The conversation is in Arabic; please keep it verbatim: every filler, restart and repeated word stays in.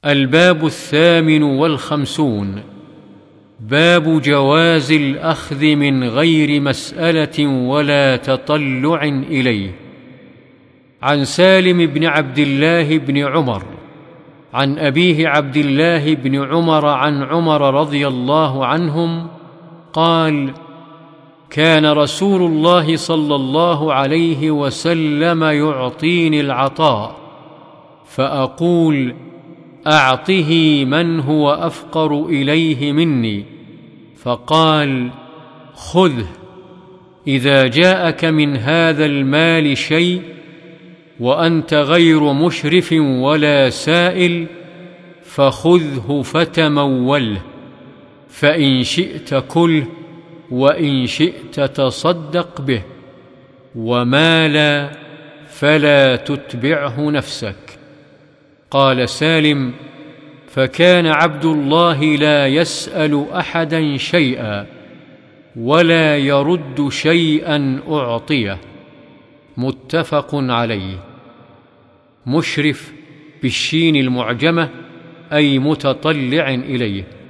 الباب الثامن والخمسون. باب جواز الأخذ من غير مسألة ولا تطلع إليه. عن سالم بن عبد الله بن عمر عن أبيه عبد الله بن عمر عن عمر رضي الله عنهم قال: كان رسول الله صلى الله عليه وسلم يعطيني العطاء فأقول: أعطه من هو أفقر إليه مني، فقال: خذه، إذا جاءك من هذا المال شيء وأنت غير مشرف ولا سائل فخذه فتموله، فإن شئت كله وإن شئت تصدق به، وما لا فلا تتبعه نفسك. قال سالم: فكان عبد الله لا يسأل أحدا شيئا ولا يرد شيئا أعطيه. متفق عليه. مشرف بالشين المعجمة أي متطلع إليه.